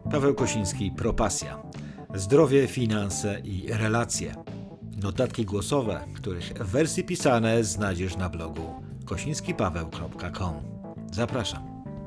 Paweł Kosiński, Propasja. Zdrowie, finanse i relacje. Notatki głosowe, których wersje pisane znajdziesz na blogu kosińskipaweł.com. Zapraszam.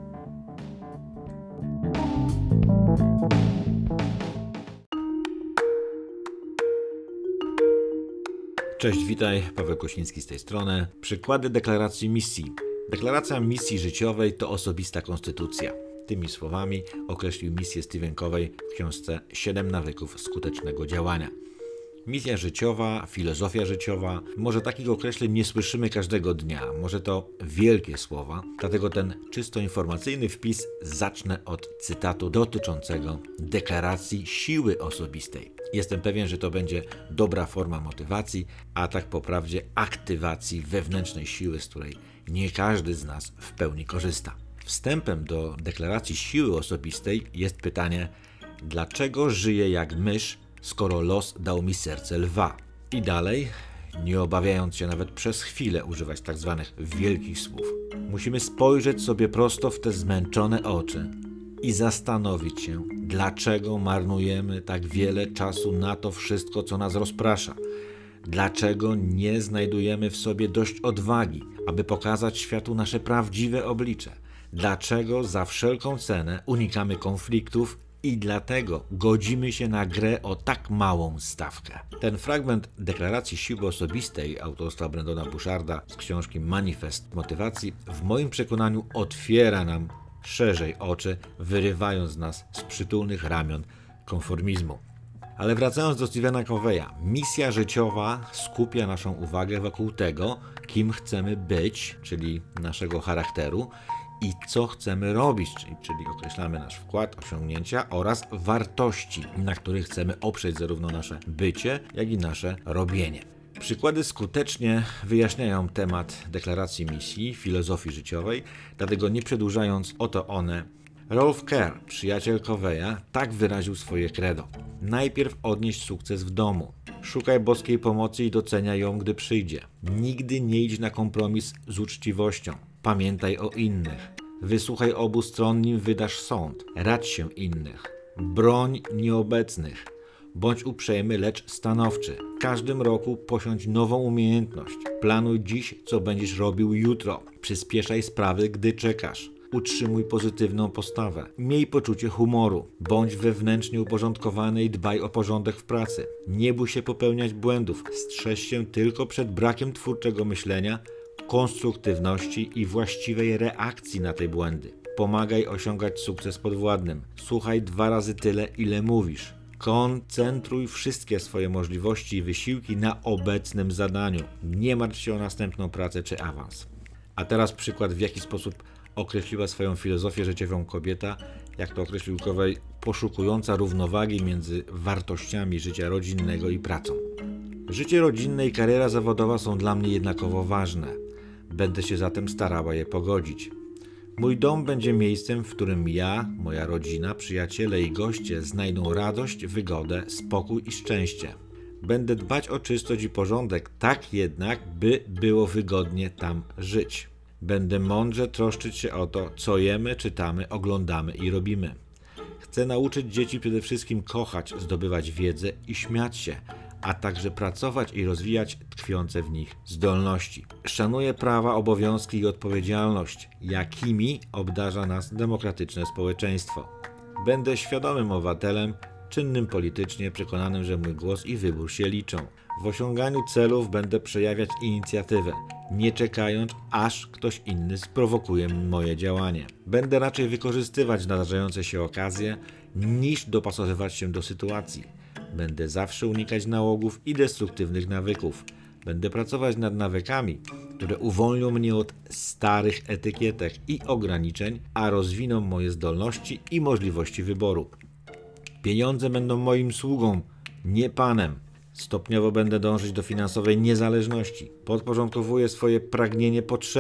Cześć, witaj, Paweł Kosiński z tej strony. Przykłady deklaracji misji. Deklaracja misji życiowej to osobista konstytucja. Tymi słowami określił misję Stephen Covey w książce 7 nawyków skutecznego działania. Misja życiowa, filozofia życiowa, może takich określeń nie słyszymy każdego dnia, może to wielkie słowa, dlatego ten czysto informacyjny wpis zacznę od cytatu dotyczącego deklaracji siły osobistej. Jestem pewien, że to będzie dobra forma motywacji, a tak po prawdzie aktywacji wewnętrznej siły, z której nie każdy z nas w pełni korzysta. Wstępem do deklaracji siły osobistej jest pytanie, dlaczego żyję jak mysz, skoro los dał mi serce lwa? I dalej, nie obawiając się nawet przez chwilę używać tak zwanych wielkich słów, musimy spojrzeć sobie prosto w te zmęczone oczy i zastanowić się, dlaczego marnujemy tak wiele czasu na to wszystko, co nas rozprasza. Dlaczego nie znajdujemy w sobie dość odwagi, aby pokazać światu nasze prawdziwe oblicze? Dlaczego za wszelką cenę unikamy konfliktów i dlatego godzimy się na grę o tak małą stawkę? Ten fragment deklaracji siły osobistej autorstwa Brendona Burcharda z książki Manifest Motywacji w moim przekonaniu otwiera nam szerzej oczy, wyrywając nas z przytulnych ramion konformizmu. Ale wracając do Stephena Coveya, misja życiowa skupia naszą uwagę wokół tego, kim chcemy być, czyli naszego charakteru, i co chcemy robić, czyli określamy nasz wkład, osiągnięcia oraz wartości, na których chcemy oprzeć zarówno nasze bycie, jak i nasze robienie. Przykłady skutecznie wyjaśniają temat deklaracji misji, filozofii życiowej, dlatego nie przedłużając, oto one. Rolf Kerr, przyjaciel Coveya, tak wyraził swoje credo. Najpierw odnieś sukces w domu. Szukaj boskiej pomocy i doceniaj ją, gdy przyjdzie. Nigdy nie idź na kompromis z uczciwością. Pamiętaj o innych. Wysłuchaj obu stron, nim wydasz sąd. Radź się innych. Broń nieobecnych. Bądź uprzejmy, lecz stanowczy. W każdym roku posiądź nową umiejętność. Planuj dziś, co będziesz robił jutro. Przyspieszaj sprawy, gdy czekasz. Utrzymuj pozytywną postawę. Miej poczucie humoru. Bądź wewnętrznie uporządkowany i dbaj o porządek w pracy. Nie bój się popełniać błędów. Strzeż się tylko przed brakiem twórczego myślenia, konstruktywności i właściwej reakcji na te błędy. Pomagaj osiągać sukces podwładnym. Słuchaj 2 razy tyle, ile mówisz. Koncentruj wszystkie swoje możliwości i wysiłki na obecnym zadaniu. Nie martw się o następną pracę czy awans. A teraz przykład, w jaki sposób określiła swoją filozofię życiową kobieta, jak to określił Covey, poszukująca równowagi między wartościami życia rodzinnego i pracą. Życie rodzinne i kariera zawodowa są dla mnie jednakowo ważne. Będę się zatem starała je pogodzić. Mój dom będzie miejscem, w którym ja, moja rodzina, przyjaciele i goście znajdą radość, wygodę, spokój i szczęście. Będę dbać o czystość i porządek, tak jednak, by było wygodnie tam żyć. Będę mądrze troszczyć się o to, co jemy, czytamy, oglądamy i robimy. Chcę nauczyć dzieci przede wszystkim kochać, zdobywać wiedzę i śmiać się, a także pracować i rozwijać tkwiące w nich zdolności. Szanuję prawa, obowiązki i odpowiedzialność, jakimi obdarza nas demokratyczne społeczeństwo. Będę świadomym obywatelem, czynnym politycznie, przekonanym, że mój głos i wybór się liczą. W osiąganiu celów będę przejawiać inicjatywę, nie czekając, aż ktoś inny sprowokuje moje działanie. Będę raczej wykorzystywać nadarzające się okazje, niż dopasowywać się do sytuacji. Będę zawsze unikać nałogów i destruktywnych nawyków. Będę pracować nad nawykami, które uwolnią mnie od starych etykietek i ograniczeń, a rozwiną moje zdolności i możliwości wyboru. Pieniądze będą moim sługą, nie panem. Stopniowo będę dążyć do finansowej niezależności. Podporządkowuję swoje pragnienie potrzebom.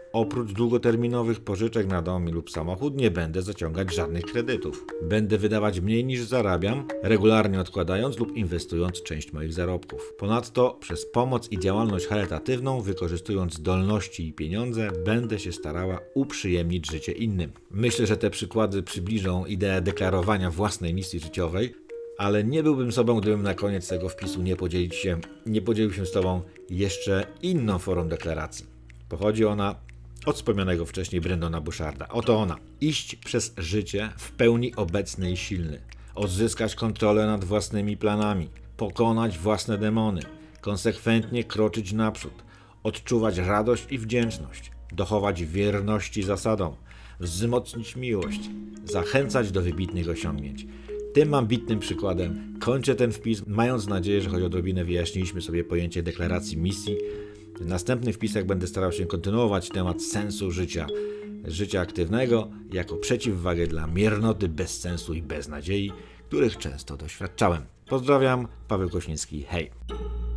Oprócz długoterminowych pożyczek na dom lub samochód nie będę zaciągać żadnych kredytów. Będę wydawać mniej niż zarabiam, regularnie odkładając lub inwestując część moich zarobków. Ponadto przez pomoc i działalność charytatywną, wykorzystując zdolności i pieniądze, będę się starała uprzyjemnić życie innym. Myślę, że te przykłady przybliżą ideę deklarowania własnej misji życiowej, ale nie byłbym sobą, gdybym na koniec tego wpisu nie podzielił się z Tobą jeszcze inną formą deklaracji. Pochodzi ona od wspomnianego wcześniej Brendona Burcharda. Oto ona. Iść przez życie w pełni obecny i silny. Odzyskać kontrolę nad własnymi planami. Pokonać własne demony. Konsekwentnie kroczyć naprzód. Odczuwać radość i wdzięczność. Dochować wierności zasadom. Wzmocnić miłość. Zachęcać do wybitnych osiągnięć. Tym ambitnym przykładem kończę ten wpis, mając nadzieję, że choć odrobinę wyjaśniliśmy sobie pojęcie deklaracji misji. W następnych wpisach będę starał się kontynuować temat sensu życia aktywnego, jako przeciwwagę dla miernoty, bezsensu i beznadziei, których często doświadczałem. Pozdrawiam, Paweł Kośnicki, hej!